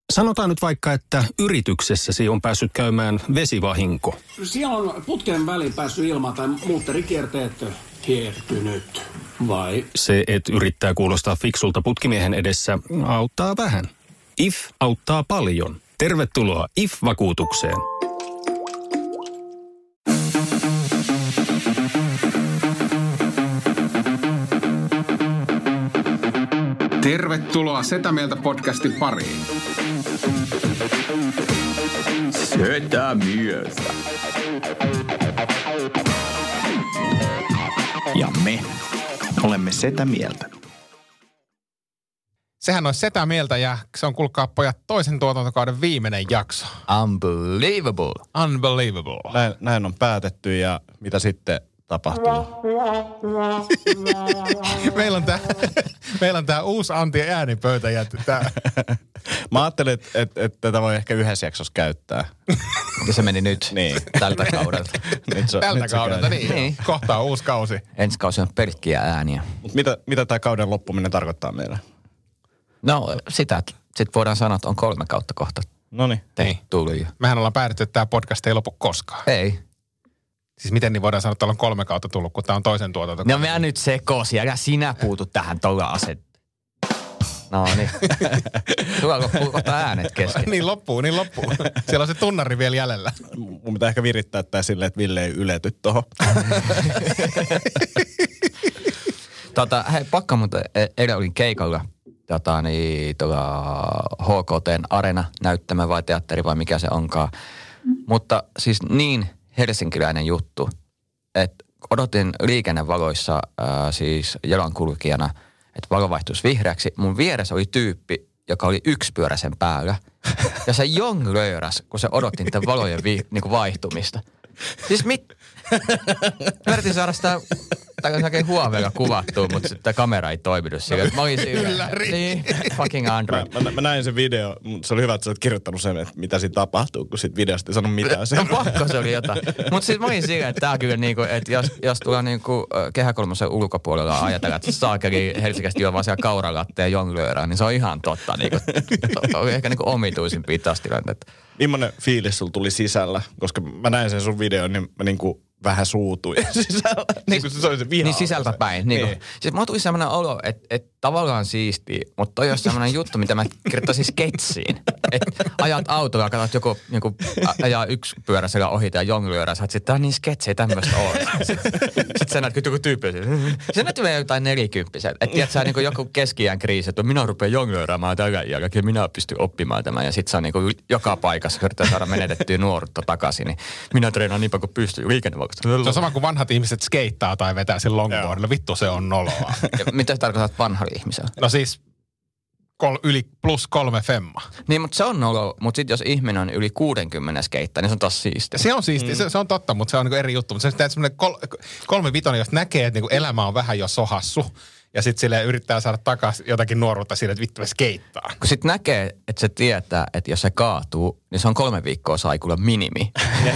Sanotaan nyt vaikka, että yrityksessäsi on päässyt käymään vesivahinko. Siellä on putken väliin päässyt ilma tai muutterikierteet hiertynyt, vai? Se, että yrittää kuulostaa fiksulta putkimiehen edessä, auttaa vähän. IF auttaa paljon. Tervetuloa IF-vakuutukseen. Tervetuloa Setä Mieltä podcastin pariin. Setä Mieltä. Ja me olemme Setä Mieltä. Sehän on Setä Mieltä ja se on, kuulkaa pojat, toisen tuotantokauden viimeinen jakso. Unbelievable. Näin on päätetty ja mitä sitten tapahtuu? Meillä on tää uusi Antti äänipöytä ja Mä ajattelin, että tätä voi ehkä yhdessä jaksossa käyttää. Ja se meni nyt Niin. tältä kaudelta. tältä kaudelta, niin. Kohta on uusi kausi. Ensi kausi on pelkkiä ääniä. Mut mitä tää kauden loppuminen tarkoittaa meille? No sitä, sit voidaan sanoa, että on 3 kautta kohta. Noniin. Tuli jo. Mehän ollaan päädytty, että tää podcast ei lopu koskaan. Ei. Siis miten niin voidaan sanoa, että on 3 kautta tullut, kun tää on toisen tuotantokauden. No mä nyt sekosi, älä sinä puutu tähän tuolla aset. No niin. Tuolla loppuu kohta äänet kesken. Niin loppuu. Siellä on se tunnari vielä jäljellä. Mun pitää ehkä virittää tää silleen, että Ville ei ylety tohon. Hei, pakka muuten, eilen olin keikalla tuolla HKT:n Arena-näyttämö vai teatteri vai mikä se onkaan. Mutta siis niin helsinkiläinen juttu, että odotin liikennevaloissa siis jalankulkijana, että valo vaihtuisi vihreäksi. Mun vieressä oli tyyppi, joka oli yksipyöräisen päällä. Ja se jonglööräs, kun se odotti niiden valojen niinku vaihtumista. Siis mä yritin saada sitä oikein huoveella kuvattua, mutta sitten kamera ei toiminut sillä. Mä olin siinä. Niin, fucking Android. Mä näin sen video, mutta se oli hyvä, että sä olet kirjoittanut sen, että mitä siinä tapahtuu, kun sit videosta ei sano mitään. No pakko se oli jotain. Mutta siis mä olin siinä, että tää kyllä niinku, että jos tulee niinku Kehä Kolmosen ulkopuolella ajatella, että saakeli Helsingistä juo vaan siellä kauralatteen jonglöörään, niin se on ihan totta. Niinku, oli ehkä niinku omituisimpia taas tilanteita. Millainen fiilis sulla tuli sisällä? Koska mä näin sen sun videon, niin mä niinku vähän suutuin sisällä. Niin kuin se oli se viha. Niin sisältä päin. Niin. Siis mulla tuli sellainen olo, että tavallaan siistiä, mutta toi on sellainen juttu, mitä mä kirjoittaisin sketsiin. Että ajat autolla, katsot joku niinku, ajaa yksipyöräisellä ohi ja jonglöörä, sä oot sitten, tää on niin sketsi, ei tämmöistä ole. Sitten sä näet, kun joku tyyppi se näytti vielä jotain 40. Että tiedät sä niinku joku keski-iän kriisi, että minä rupean jonglööräämään tällä jälkeen, minä pystyn oppimaan tämän. Ja sit se on niinku joka paikassa, yrittää saada menetettyä nuoruutta takaisin. Niin minä treenaan niin paljon kuin pystyy liikennevalkoista. Se on sama kuin vanhat ihmiset skeittaa tai vetää sen longboardilla. Vittu se on noloa. Mitä tarkoitat vanhalla ihmisellä? No siis yli +3 femma. Niin, mutta se on noloa. Mutta sitten jos ihminen on yli 60 skeittaa, niin se on taas siistiä. Se on siistiä, se on totta, mutta se on niinku eri juttu. Mutta se on semmoinen 3-5, jos näkee, että niinku elämä on vähän jo sohassu. Ja sitten sille yrittää saada takaisin jotakin nuoruutta siitä, että vittu me skeittaa. Kun sitten näkee, että se tietää, että jos se kaatuu, niin se on 3 viikkoa saikulla minimi.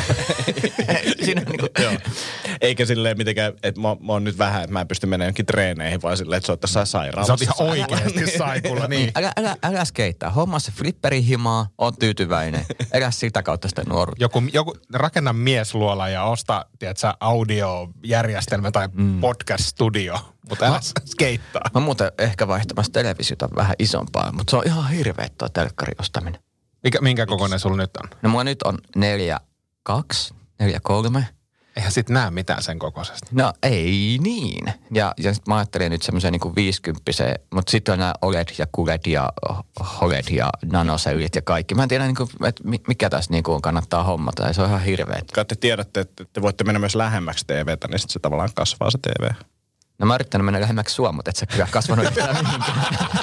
Siinä niinku... Joo. Eikä silleen mitenkään, että mä oon nyt vähän, että mä en pysty menemään jonkin treeneihin, vaan silleen, että sä oot tässä sairaalassa. Sä oot ihan oikeasti saikulla, niin. Älä skeittaa. Homma se flipperihimaa, on tyytyväinen. Älä sitä kautta sitä nuoruutta. Joku rakenna miesluola ja osta, tiedätkö, audiojärjestelmä tai podcast-studio. Mutta älä skeittaa. Mä muuten ehkä vaihtamassa televisiota vähän isompaa, mutta se on ihan hirveä tuo telkkari ostaminen. Minkä kokoinen sulla nyt on? No mulla nyt on 4.2, 4.3. Eihän sit näe mitään sen kokoisesta. No ei niin. Ja sit mä ajattelin nyt semmoisen niinku 50, mutta sitten on nämä OLED ja QLED ja HOLED ja nanosellit ja kaikki. Mä en tiedä, niinku, että mikä tässä niinku kannattaa hommata. Ja se on ihan hirveä. Kai te tiedätte, että te voitte mennä myös lähemmäksi TVtä, niin sitten se tavallaan kasvaa se TV. No mä oon yrittänyt mennä lähemmäksi sua, mutta et sä kyllä kasvanut yhtään mihinkään.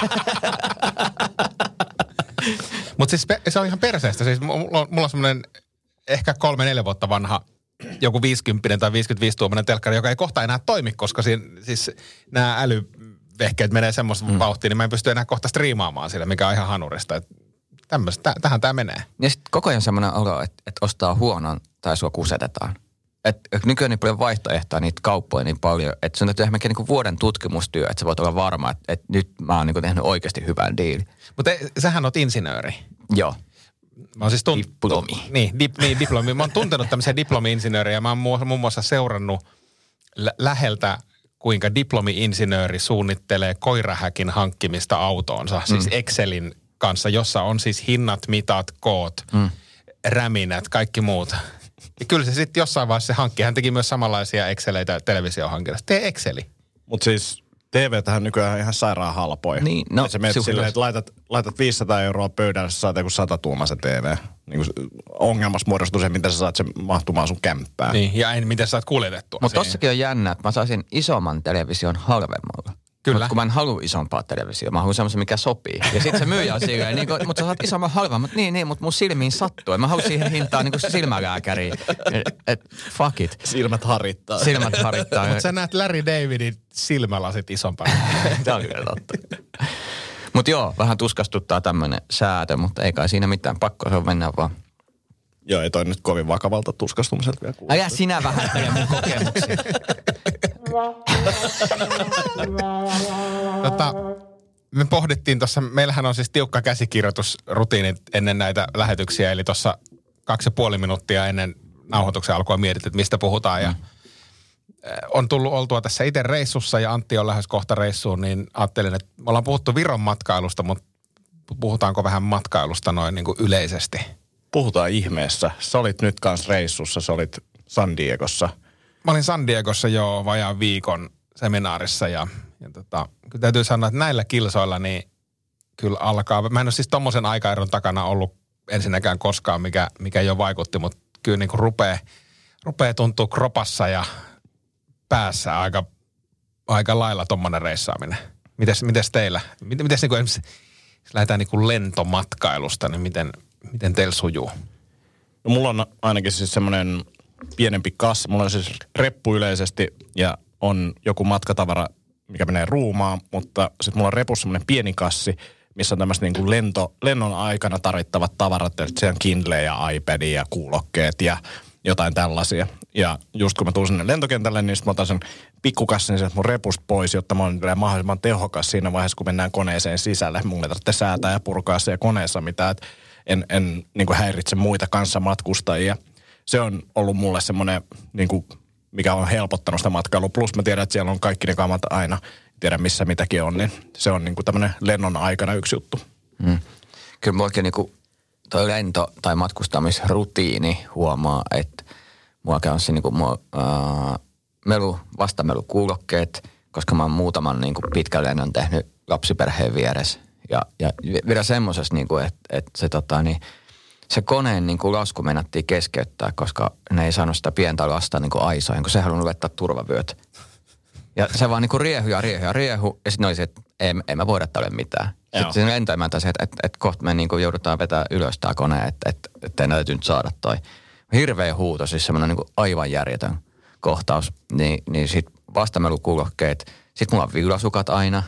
Mutta siis se on ihan perseestä. Siis mulla on semmoinen ehkä 3-4 vuotta vanha joku 50 tai 55-tuumainen telkkari, joka ei kohta enää toimi, koska siis nämä älyvehkeet menee semmoista vauhtia, niin mä en pysty enää kohta striimaamaan sille, mikä on ihan hanurista. Tähän tämä menee. Ja sitten koko ajan semmoinen olo, että ostaa huonon tai sua kusetetaan. Että nykyään niin paljon vaihtoehtoja niitä kauppoja niin paljon, että sun täytyy tehdä niin vuoden tutkimustyö, että sä voit olla varma, että nyt mä oon niin tehnyt oikeasti hyvän diilin. Mutta sähän oot insinööri. Joo. Mä oon siis Diplomi. Diplomi. Mä oon tuntenut tämmöisiä diplomi-insinöörejä. Mä oon muun muassa seurannut läheltä, kuinka diplomi-insinööri suunnittelee koirahäkin hankkimista autoonsa. Siis Excelin kanssa, jossa on siis hinnat, mitat, koot, räminät, kaikki muut. Ja kyllä se sitten jossain vaiheessa se hankki. Hän teki myös samanlaisia Exceleitä televisiohankinnasta. Tee Exceli. Mutta siis TV-tähän nykyään ihan sairaan halpoja. Niin, no, sä menet silleen, että laitat 500 € pöydälle, sä saat joku 100-tuumaisen TV. Niin ongelmassa muodostuu se, miten sä saat sen mahtumaan sun kämppään. Niin, ja miten sä saat kuljetettua. Mutta tossakin on jännä, että mä saisin isomman television halvemmalla. Kyllä. Mut kun mä en halua isompaa televisiota, mä haluan semmoisen, mikä sopii. Ja sit se myyjä on silleen, niin mutta sä saat isomman halvemman. Niin, mutta mun silmiin sattuu. Ja mä haluan siihen hintaan niin kuin silmälääkäriin. Fuck it. Silmät harittaa. Mutta sä näet Larry Davidin silmälasit isompana. Tämä on kyllä totta. Mutta joo, vähän tuskastuttaa tämmöinen säätö, mutta ei kai siinä mitään. Pakko se on mennä vaan. Joo, ei toi nyt kovin vakavalta tuskastumiselta vielä kuulostaa. Älä sinä vähättele mun kokemuksia. Me pohdittiin tuossa, meillähän on siis tiukka käsikirjoitusrutiini ennen näitä lähetyksiä, eli tuossa 2,5 minuuttia ennen nauhoituksen alkua mietittiin, että mistä puhutaan. Ja on tullut oltua tässä itse reissussa ja Antti on lähes kohta reissuun, niin ajattelin, että me ollaan puhuttu Viron matkailusta, mutta puhutaanko vähän matkailusta noin niin kuin yleisesti? Puhutaan ihmeessä. Sä olit nyt kans reissussa, sä olit San Diegossa. Mä olin San Diegossa jo vajaan viikon seminaarissa ja kyllä täytyy sanoa, että näillä kilsoilla niin kyllä alkaa. Mä en ole siis tommosen aikaeron takana ollut ensinnäkään koskaan, mikä jo vaikutti, mutta kyllä niin kuin rupeaa tuntuu kropassa ja päässä aika lailla tommonen reissaaminen. Mites teillä? Mites niin kuin esimerkiksi, jos lähdetään niin kuin lentomatkailusta, niin miten teillä sujuu? No mulla on ainakin siis semmoinen pienempi kassi. Mulla on siis reppu yleisesti ja on joku matkatavara, mikä menee ruumaan, mutta sitten mulla on repussa semmoinen pieni kassi, missä on tämmöiset niinku lennon aikana tarvittavat tavarat, eli siellä on Kindle ja iPad ja kuulokkeet ja jotain tällaisia. Ja just kun mä tuun sinne lentokentälle, niin sitten mä otan sen pikkukassin sieltä mun repusta pois, jotta mä oon mahdollisimman tehokas siinä vaiheessa, kun mennään koneeseen sisälle. Mun ei tarvitse säätää ja purkaa siellä koneessa mitään, että en niin kuin häiritse muita kanssamatkustajia. Se on ollut mulle semmoinen, niin kuin, mikä on helpottanut sitä matkailua. Plus mä tiedän, että siellä on kaikki ne kamat aina. Tiedän, missä mitäkin on, niin se on niin kuin tämmöinen lennon aikana yksi juttu. Kyllä mullakin niin kuin toi lento- tai matkustamisrutiini huomaa, että mulla käy siinä niin kuin vastamelukuulokkeet, koska mä oon muutaman niin kuin pitkän lennon tehnyt lapsiperheen vieressä. Ja vielä semmoisessa, niin kuin, että se koneen niin kuin lasku meinattiin keskeyttää, koska ne ei saanut sitä pientä lasta niin kuin aisoihin, kun se halunnut vetää turvavyöt. Ja se vaan niin kuin riehu. Ja sitten oli se, että ei me voida tälle mitään. Sitten siinä lentoimäntä se, että kohta me niin kuin joudutaan vetää ylös tämä kone, että ei näyty nyt saada toi. Hirveä huuto, siis semmoinen niin kuin aivan järjetön kohtaus. Niin sitten vastamelukuulokkeet. Sitten mulla on villasukat aina.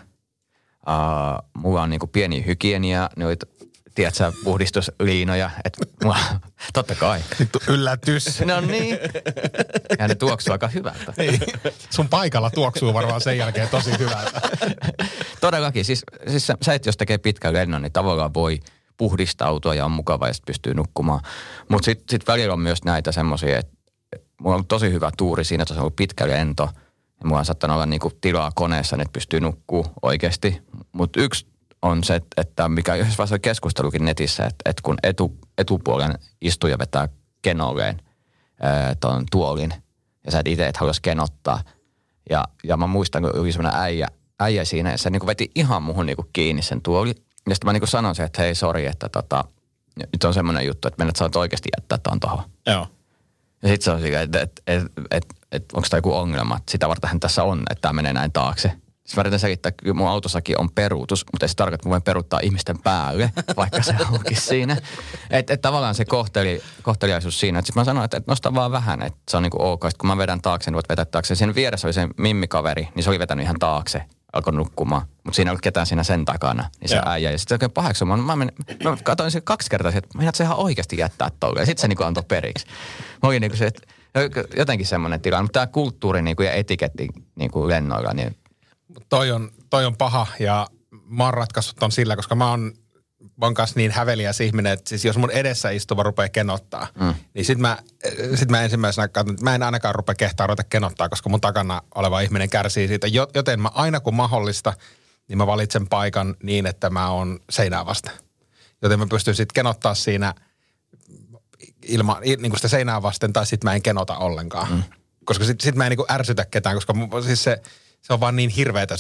Mulla on niinku pieni hygienia, noita, tiedätkö, puhdistusliinoja, että mulla, totta kai. Vittu yllätys. No niin. Ja ne tuoksuu aika hyvältä. Niin. Sun paikalla tuoksuu varmaan sen jälkeen tosi hyvältä. Todellakin. Siis sä et, jos tekee pitkän lennon, niin tavallaan voi puhdistautua ja on mukava ja sitten pystyy nukkumaan. Mutta sit välillä on myös näitä semmoisia, että mulla on tosi hyvä tuuri siinä, että se on ollut pitkä lento. Ja mulla on saattanut olla niinku tilaa koneessa, että pystyy nukkuu oikeasti. Mutta yksi on se, että mikä yhdessä vaiheessa on keskustelukin netissä, että kun etupuolen istuja vetää kenolleen ton tuolin, ja sä itse et haluaisi kenottaa. Ja mä muistan, kun oli semmoinen äijä siinä, ja se niinku veti ihan muhun niinku kiinni sen tuoli. Ja sitten mä niinku sanon se, että hei, sori, että nyt on semmoinen juttu, että menet saat oikeasti jättää ton tohon. Joo. Ja sitten se on sillä, että onko tämä joku ongelma, että sitä varten tässä on, että tämä menee näin taakse. Siis mä yritän selittää, että mun autossakin on peruutus, mutta ei se tarkoita, että mä voin peruuttaa ihmisten päälle, vaikka se onkin siinä. Että tavallaan se kohteliaisuus siinä, että sitten mä sanoin, että nosta vaan vähän, että se on niinku ok. Sitten kun mä vedän taakse, niin voit vetää taakse. Siinä vieressä oli se mimmikaveri, niin se oli vetänyt ihan taakse, alkoi nukkumaan. Mutta siinä ei ollut ketään siinä sen takana, niin se äijä. Ja sitten se oikein paheksumaan. Mä katsoin sen 2 kertaa, että meinaat se ihan oikeasti jättää tolle. Ja sitten se niinku antoi periksi. Mä olin niinku se, että jotenkin semmoinen tilanne. Mutta tämä kulttuuri niinku ja etiketti niinku lennoilla, niin Toi on paha ja mä oon ratkaissut ton sillä, koska mä oon oon kanssa niin häveliäs ihminen, että siis jos mun edessä istuva rupeaa kenottaa, niin sit mä ensimmäisenä katson, että mä en ainakaan rupea kehtaa ruveta kenottaa, koska mun takana oleva ihminen kärsii siitä. Joten mä aina kun mahdollista, niin mä valitsen paikan niin, että mä oon seinää vasten. Joten mä pystyn sitten kenottaa siinä niin kuin sitä seinää vasten, tai sitten mä en kenota ollenkaan. Koska sit mä en niin kuin ärsytä ketään, koska siis se on vaan niin hirveetä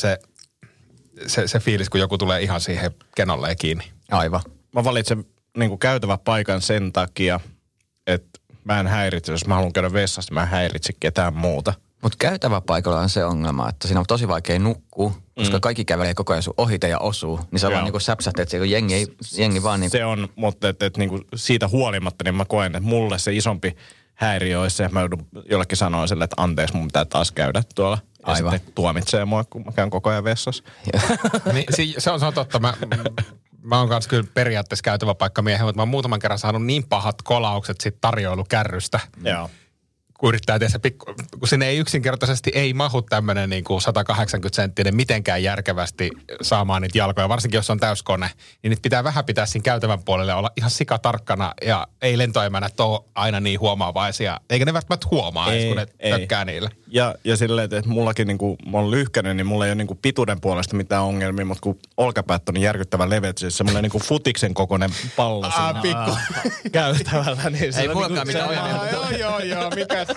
se fiilis, kun joku tulee ihan siihen kenolleen kiinni. Aivan. Mä valitsen niin kuin käytävä paikan sen takia, että mä en häiritse. Jos mä haluan käydä vessassa, mä en häiritse ketään muuta. Mutta käytävä paikalla on se ongelma, että siinä on tosi vaikea nukkua, koska kaikki kävelee koko ajan sun ohite ja osuu. Niin sä vaan niinku säpsät, että jengi vaan niinku... Se on, mutta et niinku siitä huolimatta, niin mä koen, että mulle se isompi häiriö olisi se, että mä joudun jollekin sanoa sille, että anteeksi, mun pitää taas käydä tuolla. Ja aivan. sitten tuomitsee mua, kun mä käyn koko ajan vessassa. Niin, se on totta. Mä oon kanssa kyllä periaatteessa käytävä paikkamiehen, mutta mä oon muutaman kerran saanut niin pahat kolaukset siitä tarjoilukärrystä. Joo. Kun yrittää tehdä kun sinne ei yksinkertaisesti ei mahu tämmöinen niin kuin 180-senttinen mitenkään järkevästi saamaan niitä jalkoja. Varsinkin jos on täyskone, niin niitä pitää vähän pitää siinä käytävän puolelle olla ihan sikatarkkana ja ei lentoemänät ole aina niin huomaavaisia. Eikä ne välttämättä huomaa edes, kun ne tökkää niille. Ja silleen, että mullakin niinku, mä oon lyhkäinen, niin mulla ei ole niinku pituuden puolesta mitään ongelmia, mutta kun olkapäät on niin järkyttävän leveät, siis semmoinen niinku futiksen kokoinen pallo siinä Pikku. käytävällä. Niin ei mullakaan mitään ongelmia. Joo, mikäs?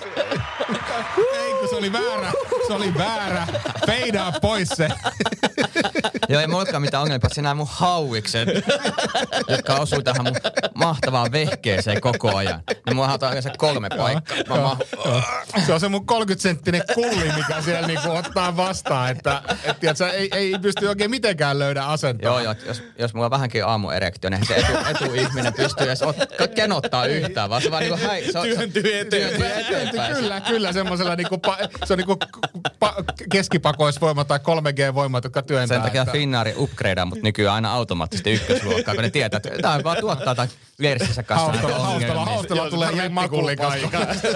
Ei, kun se oli väärä. Feidaa pois se. Joo, ei mullakaan mitään ongelmia, paitsi nämä mun hauikset, jotka osuu tähän mun mahtavaan vehkeeseen koko ajan. Niin mulla on yleensä 3 paikkaa. Se on se mun 30-senttinen kulli, mikä siellä niinku ottaa vastaan, että ei pysty oikein mitenkään löydä asentoa. Joo, jos mulla on vähänkin aamuerektio, niin se etuihminen pystyy edes kenottaa yhtään, vaan se vaan niinku työntyy eteenpäin. Kyllä semmoisella se on keskipakoisvoima tai 3G-voimat, jotka työntää. Sen takia Finnaari upgradeaa, mutta nykyään aina automaattisesti ykkösluokkaa, kun ne tietää, että tämä vaan tuottaa tai Lerssissä kanssa Haustalla tulee makulipaikka.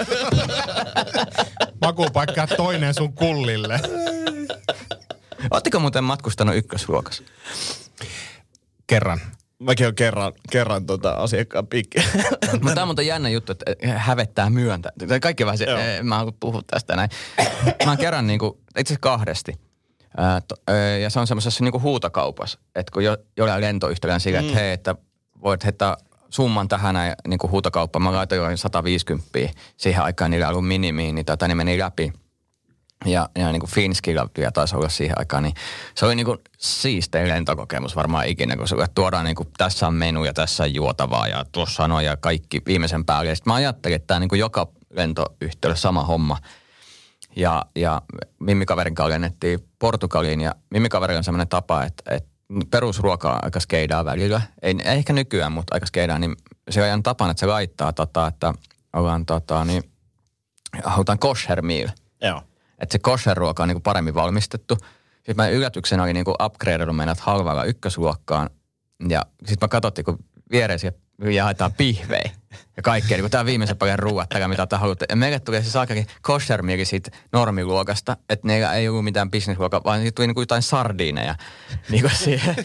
Makupaikka ja toinen sun kullille. Ootteko muuten matkustanut ykkösluokassa? Kerran. Mäkin olen kerran asiakkaan pikki. Mutta tämä on muuten jännä juttu, että hävettää myöntä. Kaikki vähän se, mä haluan puhua tästä näin. Mä oon kerran niinku, itse asiassa 2. Ja se on semmoisessa niinku huutokaupassa. Että kun jollain lentoyhtiöllä sillä, että hei, että voit heittää summan tähän näin niinku huutokauppaan. Mä laitoin jollain 150. Siihen aikaan niillä ollut minimiin, niin niin meni läpi. Ja niin kuin Finskillä vielä taisi olla siihen aikaan, niin se oli niin kuin siistein lentokokemus varmaan ikinä, kun tuodaan niin kuin tässä on menu ja tässä on juotavaa ja tuossa on ja kaikki viimeisen päälle. Sitten mä ajattelin, että tämä niin kuin joka lentoyhtiöllä sama homma. Ja Mimmi-kaverin kanssa lennettiin Portugaliin ja Mimmi-kaverilla on sellainen tapa, että perusruoka on aika skeidaa välillä. Ei ehkä nykyään, mutta aika skeidaa, niin se on ihan tapana, että se laittaa, että ollaan niin halutaan kosher meal. Joo. Että se kosher-ruoka on niinku paremmin valmistettu. Sitten mä yllätyksenä oli niinku upgradeannut meidät halvalla ykkösluokkaan. Ja sitten mä katsottiin, kun vieressä jaetaan pihvejä ja kaikkea. Niin tämä on viimeisen paljon ruuattakaan, mitä te haluatte. Ja meille tuli se saakari kosher-mieli siitä normiluokasta. Että neillä ei ollut mitään bisnesluokkaa, vaan siitä tuli niinku jotain sardiineja. Niinku siihen.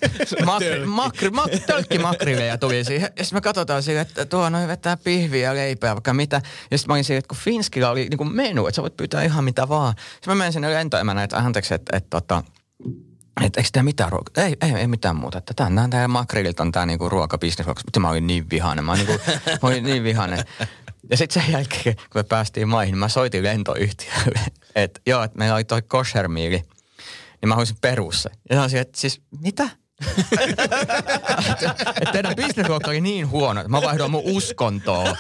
Tölkkimakrileja tuli siihen. Ja sitten me katsotaan siihen, että tuo noin vetää pihviä ja leipää vaikka mitä. Ja sitten mä olin siihen, että kun Finskillä oli niinku menu, että sä voit pyytää ihan mitä vaan. Sitten mä menen sinne lentoemänä, että anteeksi, että eikö tämä mitään ruokaa? Ei mitään muuta. Että tämä makrililta on tämä niinku ruokabisnesruoka. Mutta mä olin niin vihainen. Mä olin niin vihainen. Ja sitten sen jälkeen, kun me päästiin maihin, mä soitin lentoyhtiölle, että joo, että meillä oli toi kosher-miili, niin mä haluaisin perussa. Ja sanoisin, että siis mitä? Että teidän bisnesruokka oli niin huono, että mä vaihdoin mun uskontoa.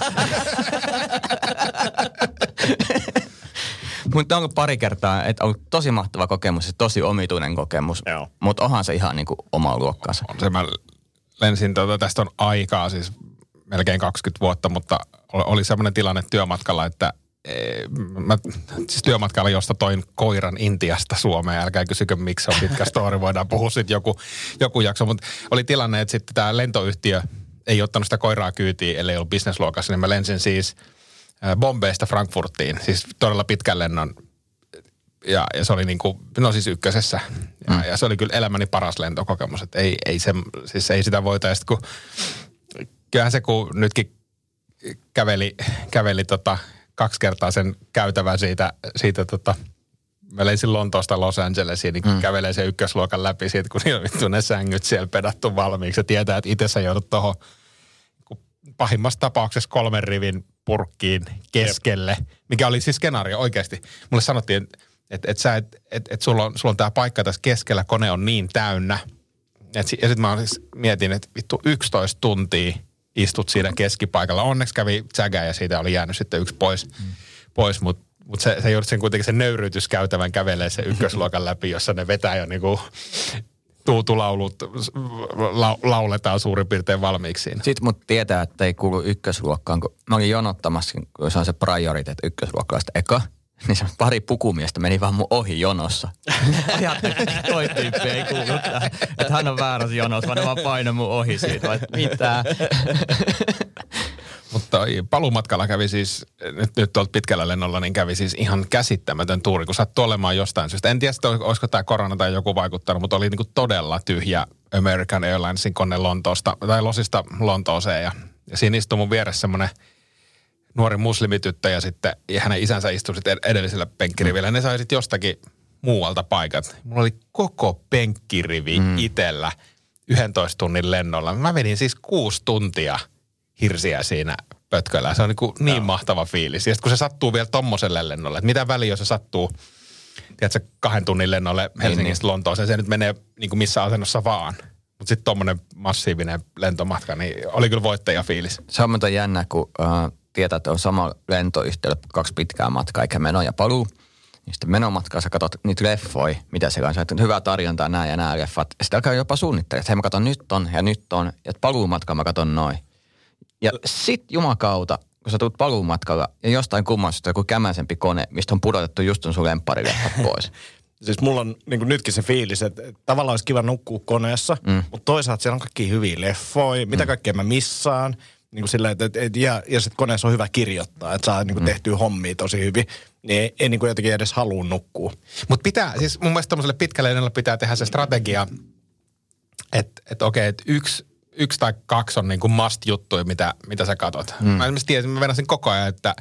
Mutta on ollut pari kertaa, että on ollut tosi mahtava kokemus ja tosi omituinen kokemus. Mutta onhan se ihan niinku oma luokkaansa. On se, mä lensin, tästä on aikaa, siis melkein 20 vuotta, mutta oli semmoinen tilanne työmatkalla, että siis työmatkalla, josta toin koiran Intiasta Suomeen. Älkää kysykö, miksi se on pitkä story, voidaan puhua sitten joku jakso. Mutta oli tilanne, että sitten tämä lentoyhtiö ei ottanut sitä koiraa kyytiin, ellei ollut businessluokassa, niin mä lensin siis Bombeista Frankfurtiin, siis todella pitkän lennon Ja se oli niinku, no siis ykkösessä. Ja se oli kyllä elämäni paras lentokokemus. Että ei sitä voitaisi, kun kyllähän se kun nytkin käveli 2 kertaa sen käytävän siitä mä lensin Lontoosta Los Angelesiin, niin kävelee sen ykkösluokan läpi siitä, kun niillä on ne sängyt siellä pedattu valmiiksi. Ja tietää, että itse sä joudut tuohon pahimmassa tapauksessa 3 rivin purkkiin keskelle, mikä oli siis skenaario oikeasti. Mulle sanottiin, että sulla on tämä paikka tässä keskellä, kone on niin täynnä. Ja sitten mä siis mietin, että vittu 11 tuntia istut siinä keskipaikalla. Onneksi kävi tsägää ja siitä oli jäänyt sitten 1 pois, mutta se joudut sen kuitenkin sen nöyryytyskäytävän kävelee se ykkösluokan läpi, jossa ne vetää jo niinku tuutulaulut, lauletaan suurin piirtein valmiiksi siinä. Sitten mut tietää, että ei kuulu ykkösluokkaan, kun mä olin jonottamassa, kun se on se priority, että ykkösluokkalaista eka, niin se pari pukumiestä meni vaan mun ohi jonossa. Ajattelin, että toi tyyppi ei kuulu tähän, että hän on väärässä jonossa, vaan ne vaan painoi mun ohi siitä, vai mitä? Mutta paluumatkalla kävi siis, nyt tuolta pitkällä lennolla, niin kävi siis ihan käsittämätön tuuri, kun sattui olemaan jostain syystä. En tiedä, olisiko tämä korona tai joku vaikuttanut, mutta oli niin kuin todella tyhjä American Airlinesin kone Losista Lontooseen. Ja siinä istui mun vieressä semmoinen nuori muslimityttö ja sitten hänen isänsä istui sitten edellisellä penkkirivillä. Ne sai sitten jostakin muualta paikat. Mulla oli koko penkkirivi itsellä 11 tunnin lennolla. Mä vedin siis 6 tuntia hirsiä siinä pötköllä. Se on niin mahtava fiilis. Ja sitten kun se sattuu vielä tommoselle lennolle, että mitä väliä, jos se sattuu, tiedätkö, 2 tunnin lennolle Helsingistä Lontooseen, se nyt menee niin kuin missä asennossa vaan. Mutta sitten tommonen massiivinen lentomatka, niin oli kyllä voittajafiilis. Se on muuten jännä, kun tietää, että on sama lentoyhteydellä 2 pitkää matkaa, eikä meno ja paluu. Niin sitten menomatkaa sä katsot niitä leffoja, mitä se kanssa, että hyvää tarjontaa nämä ja nämä leffat. Sitten alkaa jopa suunnittelemaan, että hei mä katson nyt ton ja nyt ton, ja paluumatkaa mä katson noin. Ja sit jumakauta, kun sä tulet paluumatkalla ja jostain kummasta joku kämäisempi kone, mistä on pudotettu just sun lempparileffat pois. Siis mulla on niin nytkin se fiilis, että tavallaan olisi kiva nukkua koneessa, mutta toisaalta siellä on kaikki hyviä leffoja, mitä kaikkea mä missaan. Niin kuin sillä, ja sitten koneessa on hyvä kirjoittaa, että saa niin kuin tehtyä hommia tosi hyvin. Niin ei niin kuin jotenkin edes halua nukkua. Mutta pitää, siis mun mielestä tommoselle pitkälle lennolle pitää tehdä se strategia, että okei, että yksi tai 2 on niin kuin must-juttuja, mitä sä katot. Mä esimerkiksi tiesin, mä venasin koko ajan, että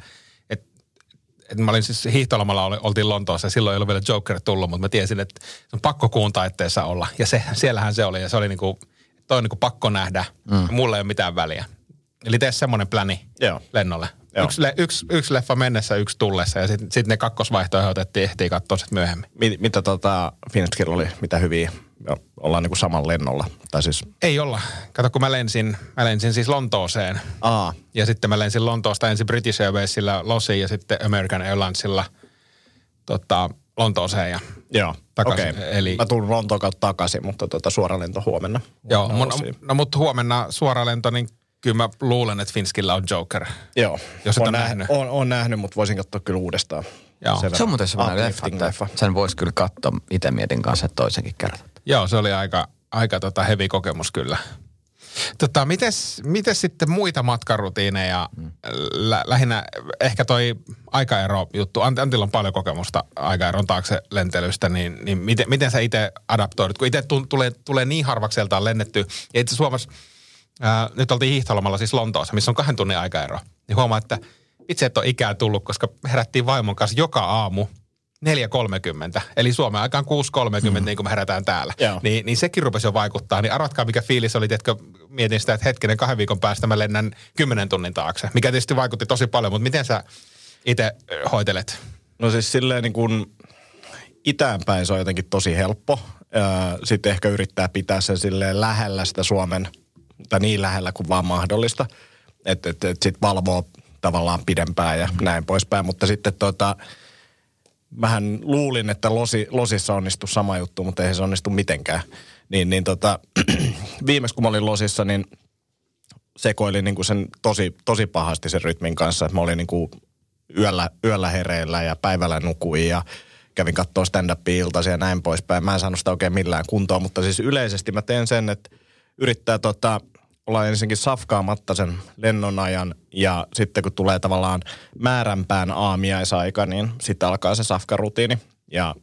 mä olin siis hiihtolomalla, oltiin Lontoossa ja silloin ei ollut vielä Joker tullut, mutta mä tiesin, että se on pakko kuun taitteessa olla. Ja siellähän se oli ja se oli niinku, toi on niinku pakko nähdä. Mulla ei ole mitään väliä. Eli tee semmoinen pläni lennolle. Yksi leffa mennessä, 1 tullessa ja sitten ne 2 vaihtoehdot ehtii katsoa sitten myöhemmin. Mitä Finskillä oli, mitä hyviä? Ollaan niinku saman lennolla. Tai siis ei olla. Kato, kun mä lensin siis Lontooseen. Ja sitten mä lensin Lontoosta ensin British Airwaysilla Losiin ja sitten American Airlinesilla Lontooseen ja takaisin. Okei. Eli mä tuun Lontoon kautta takaisin, mutta suora lento huomenna. Joo, mutta huomenna suora lento, niin kyllä mä luulen, että Finskillä on Joker. Joo. Jos et ole nähnyt. On nähnyt, mutta voisin katsoa kyllä uudestaan. Joo. Se on muuten semmoinen leffa. Sen voisi kyllä katsoa itse mietin kanssa toisenkin kerran. Joo, se oli aika heavy kokemus kyllä. Mites sitten muita matkarutiineja? Lähinnä ehkä toi aikaero-juttu. Antilla on paljon kokemusta aikaeron taakse lentelystä, niin miten sä itse adaptoidut? Kun itse tulee niin harvakseltaan lennetty, ja itse Suomessa nyt oltiin hiihtolomalla siis Lontoossa, missä on 2 tunnin aikaero, niin huomaa, että itse et ole ikää tullut, koska herättiin vaimon kanssa joka aamu 4.30, eli Suomen aikaan 6.30, niin kuin me herätään täällä. Niin sekin rupesi jo vaikuttaa. Niin arvatkaa, mikä fiilis oli, että mietin sitä, että hetkinen 2 viikon päästä mä lennän 10 tunnin taakse, mikä tietysti vaikutti tosi paljon, mutta miten sä itse hoitelet? No siis silleen niin kuin itäänpäin se on jotenkin tosi helppo. Sitten ehkä yrittää pitää sen silleen lähellä sitä Suomen, tai niin lähellä kuin vaan mahdollista. Että sitten valvoo tavallaan pidempään ja näin poispäin, mutta sitten mähän luulin, että Losissa onnistui sama juttu, mutta ei se onnistu mitenkään. Viimeksi kun mä olin Losissa, niin sekoilin niin kuin sen tosi pahasti sen rytmin kanssa. Että mä olin niin kuin yöllä hereillä ja päivällä nukuin ja kävin katsoa stand-upia iltaisin ja näin poispäin. Mä en saanut sitä oikein millään kuntoon, mutta siis yleisesti mä teen sen, että yrittää olla ensinnäkin safkaamatta sen lennon ajan ja sitten kun tulee tavallaan määränpään aamiaisaika, niin sitten alkaa se safkarutiini. ja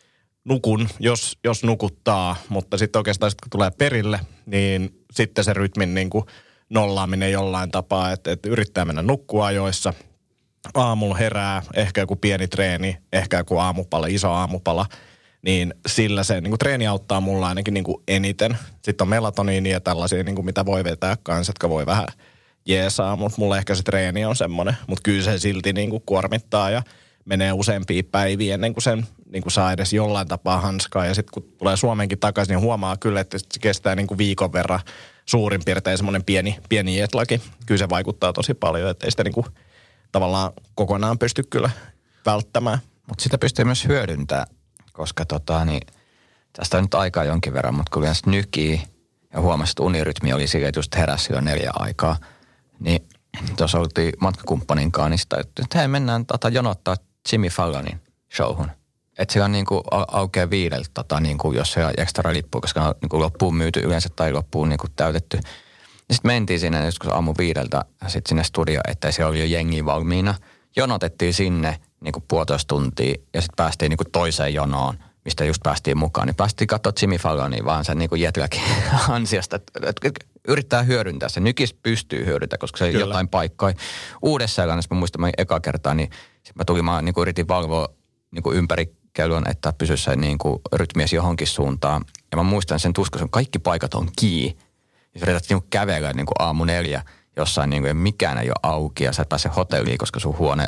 nukun, jos nukuttaa, mutta sitten oikeastaan kun tulee perille, niin sitten se rytmin niin kuin nollaaminen jollain tapaa, että yrittää mennä nukkua ajoissa. Aamulla herää, ehkä joku pieni treeni, ehkä joku aamupala, iso aamupala, niin sillä se niin kuin treeni auttaa mulla ainakin niin kuin eniten. Sitten on melatoniini ja tällaisia, niin kuin mitä voi vetää kanssa, jotka voi vähän jeesaa, mutta mulla ehkä se treeni on semmoinen. Mutta kyllä se silti niin kuin kuormittaa ja menee useampia päiviä ennen kuin sen niin kuin saa edes jollain tapaa hanskaa. Ja sitten kun tulee Suomenkin takaisin, niin huomaa kyllä, että se kestää niin kuin viikon verran suurin piirtein semmoinen pieni jetlaki. Kyllä se vaikuttaa tosi paljon, että ei sitä niin kuin tavallaan kokonaan pysty kyllä välttämään. Mutta sitä pystyy myös hyödyntämään, koska tästä on nyt aikaa jonkin verran, mutta kun vielä nykii ja huomasi, että unirytmi oli sillä, että just heräsi jo 4 aikaa, niin tuossa oltiin matkakumppanin kanssa, että hei, mennään jonottaa Jimmy Fallonin showhun. Että siellä on niinku aukeaa 5, niinku, jos se on ekstra lippu, koska on niinku loppuun myyty yleensä tai loppuun niinku täytetty. Ja sitten mentiin sinne joskus aamu 5 sitten sinne studioon, että siellä oli jo jengi valmiina. Jonotettiin sinne niinku 1,5 tuntia ja sitten päästiin niinku toiseen jonoon, mistä just päästiin mukaan. Niin päästiin katsoa Jimmy Fallonia vaan sen niinku jetläkin ansiosta. Yrittää hyödyntää se. Nykis pystyy hyödyntämään, koska se on jotain paikkaa. Uudessa-Seelannassa, mä muistan eka kertaa, niin sitten mä niinku yritin valvoa niinku ympäri kellon, että pysyisi se niinku rytmies johonkin suuntaan. Ja mä muistan sen tuskan, kaikki paikat on kiinni. Ja sä yrität niinku kävellä niinku aamu 4 jossain niinku, mikään ei ole auki ja sä et pääse hotelliin, koska sun huone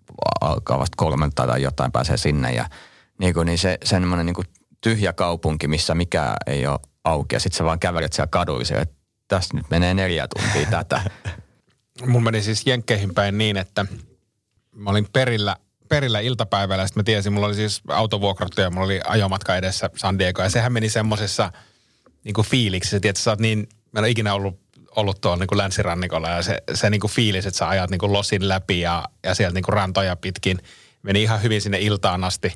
alkaa vasta 3 tai jotain, pääsee sinne. Ja niinku, niin se semmoinen niinku tyhjä kaupunki, missä mikään ei ole auki ja sit sä vaan kävelet siellä kaduilla, että tässä nyt menee 4 tuntia tätä. Mun meni siis Jenkkeihin päin niin, että mä olin perillä iltapäivällä, sitten mä tiesin, mulla oli siis autovuokrattu ja mulla oli ajomatka edessä San Diego, ja sehän meni semmosessa niinku fiiliksessä, että sä oot niin, mä en ole ikinä ollut tuolla niinku länsirannikolla, ja se niinku fiilis, että sä ajat niinku losin läpi ja sieltä niinku rantoja pitkin, meni ihan hyvin sinne iltaan asti,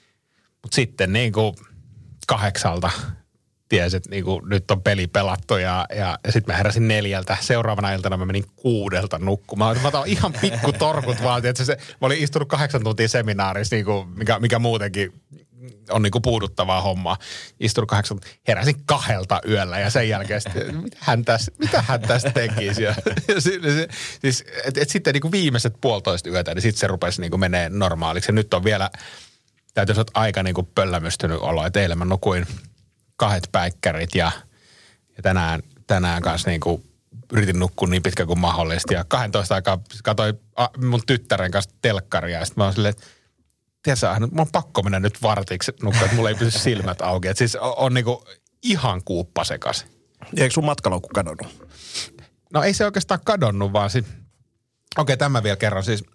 mutta sitten niinku 8 tiesi, että niinku nyt on peli pelattu ja sitten mä heräsin 4. Seuraavana iltana mä menin 6 nukkumaan. Mä otan ihan pikku torkut vaan, että mä olin istunut 8 tuntia seminaarissa, niinku, mikä muutenkin on niinku puuduttavaa hommaa. Istunut 8, heräsin 2 yöllä ja sen jälkeen mitä hän tässä tekisi. Siis, et sitten niinku viimeiset 1,5 yötä, niin sitten se rupesi niinku menee normaaliksi. Ja nyt on vielä, täytyisi olla aika niinku pöllämystynyt olo, että eilen mä nukuin 2 päikkärit ja tänään kanssa niinku yritin nukkua niin pitkä kuin mahdollista. Ja 12 aikaa katsoin mun tyttären kanssa telkkaria ja sitten mä oon silleen, että tiedätkö, mun on pakko mennä nyt vartiksi nukkua, että mulla ei pysy silmät auki. Että siis on niinku ihan kuuppasekas. Eikö sun matkalaukku kadonnut? No ei se oikeastaan kadonnut, vaan okei, tämän vielä kerron. Siis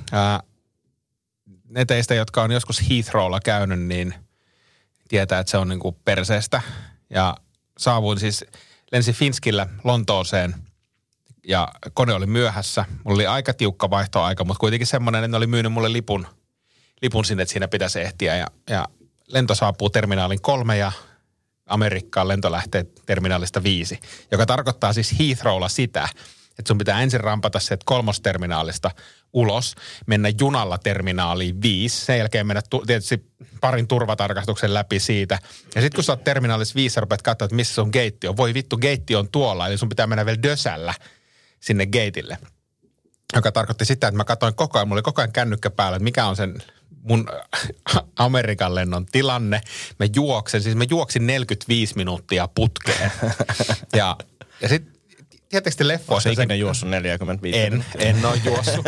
ne teistä, jotka on joskus Heathrowlla käynyt, niin tietää, että se on niinku perseestä. Ja saavuin siis, lensin Finskillä Lontooseen ja kone oli myöhässä. Mulla oli aika tiukka vaihtoaika, mutta kuitenkin semmoinen, että ne oli myynyt mulle lipun sinne, että siinä pitäisi ehtiä. Ja lento saapuu terminaalin 3 ja Amerikkaan lento lähtee terminaalista 5, joka tarkoittaa siis Heathrowlla sitä, että sun pitää ensin rampata sieltä 3. terminaalista ulos, mennä junalla terminaaliin 5, sen jälkeen mennä tietysti parin turvatarkastuksen läpi siitä. Ja sitten kun sä oot terminaalissa 5, sä rupeat katsoa, että missä sun geitti on. Voi vittu, geitti on tuolla, eli sun pitää mennä vielä dösällä sinne geitille. Joka tarkoitti sitä, että mä katsoin koko ajan, mulla oli koko ajan kännykkä päällä, että mikä on sen mun Amerikan lennon tilanne. Mä juoksin 45 minuuttia putkeen. Ja sitten tietysti leffoissa... Oletko ikinä juossut 45? En ole juossut.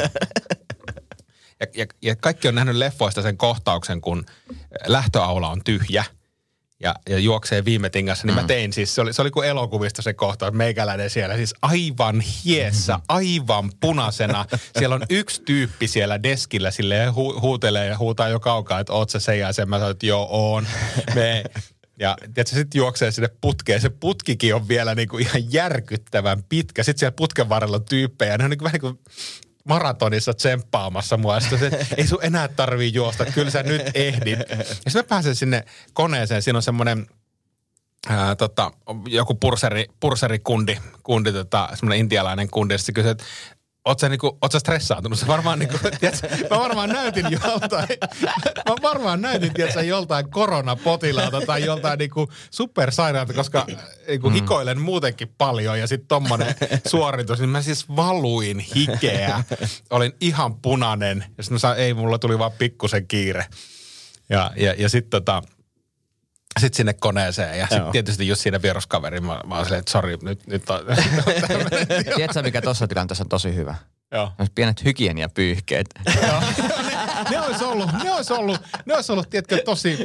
Ja kaikki on nähnyt leffoista sen kohtauksen, kun lähtöaula on tyhjä ja juoksee viime tingassa, niin mä tein siis, se oli kuin elokuvista se kohtaus, meikäläinen siellä siis aivan hiessä, aivan punaisena. Siellä on yksi tyyppi siellä deskillä silleen huutelee ja huutaa jo kaukaa, että oot sä sen ja sen. Mä sanoin, että joo, oon. Ja tiedätkö, sitten juoksee sinne putkeen. Se putkikin on vielä niinku ihan järkyttävän pitkä. Sitten siellä putken varrella on tyyppejä. Ne on niinku vähän niin kuin maratonissa tsemppaamassa mua. Sitten ei sun enää tarvii juosta, kyllä sä nyt ehdit. Ja sitten mä pääsen sinne koneeseen. Siinä on semmoinen joku purseri-kundi, semmoinen intialainen kundi. Sitten kysyy, että Oot sä stressaantunut? Sä varmaan niinku, mä varmaan näytin joltain koronapotilaalta tai joltain niinku supersairaalta, koska niinku hikoilen muutenkin paljon ja sit tommonen suoritus, niin mä siis valuin hikeä. Olin ihan punainen ja sit mulla tuli vaan pikkusen kiire. Ja sit sitten sinne koneeseen ja sitten tietysti just siinä vieroskaveri, mä oon silleen, että sori, nyt on. Tiedätkö, mikä tuossa tilanteessa on tosi hyvä? Joo. Pienet hygieniapyyhkeet. Ne ois ollut, tiedätkö,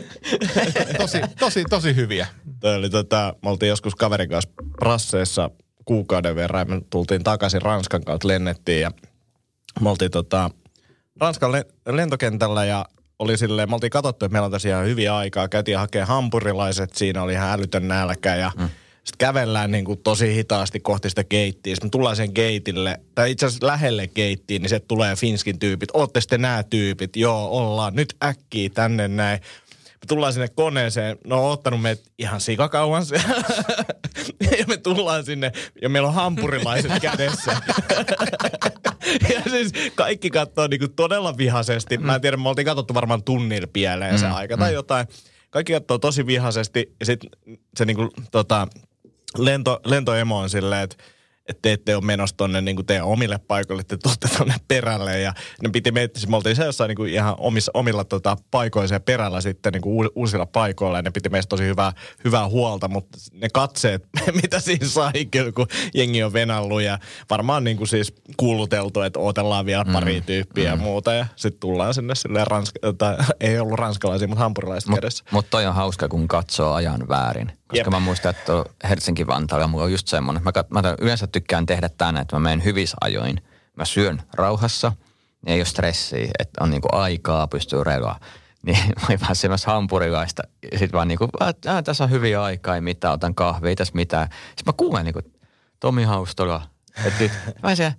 tosi hyviä. Me oltiin joskus kaverin kanssa Brasseissa kuukauden verran, me tultiin takaisin Ranskan kautta, lennettiin ja me oltiin Ranskan lentokentällä ja oli silleen, me oltiin katsottu, että meillä on tosiaan hyviä aikaa. Käytiin hakemaan hampurilaiset, siinä oli ihan älytön nälkä ja sitten kävellään niin kuin tosi hitaasti kohti sitä geittiä. Sitten me tullaan sen geitille, tai itse asiassa lähelle geittiin, niin se tulee Finskin tyypit. Ootte sitten nämä tyypit? Joo, ollaan. Nyt äkkiä tänne näin. Me tullaan sinne koneeseen, ne on ottanut meidät ihan sikakauan ja me tullaan sinne ja meillä on hampurilaiset kädessä. Ja siis kaikki katsoo niinku todella vihaisesti. Mä en tiedä, me oltiin katsottu varmaan tunnin pieleen se aika tai jotain. Kaikki katsoo tosi vihaisesti ja sitten se niinku lentoemo on silleen, että te ette ole menossa tonne niin kuin teidän omille paikoille, te tuotte tonne perälle. Ja ne piti meitä, me oltiin se jossain niin kuin ihan omilla paikoilla ja perällä sitten niin kuin uusilla paikoilla. Ja ne piti meistä tosi hyvää huolta, mutta ne katseet, mitä siinä sai kyllä, kun jengi on venallut ja varmaan niin kuin siis kuuluteltu, että odotellaan vielä pari tyyppiä ja muuta. Ja sitten tullaan sinne silleen ei ollut ranskalaisia, mutta hampurilaiset kädessä. Mutta toi on hauska, kun katsoo ajan väärin. Koska mä muistan, että Helsinki-Vantaalla mulla on just semmoinen, mä yleensä tykkään tehdä tänne, että mä menen hyvissä ajoin. Mä syön rauhassa, ei ole stressiä, että on niinku aikaa, pystyy reilua. Niin mä olin vähän semmoista hampurilaista. Sitten vaan niinku, tässä on hyviä aikaa, ei mitään, otan kahvia, ei tässä mitään. Sitten mä kuulen niinku, Tomi Haustola, että nyt, mä olisin,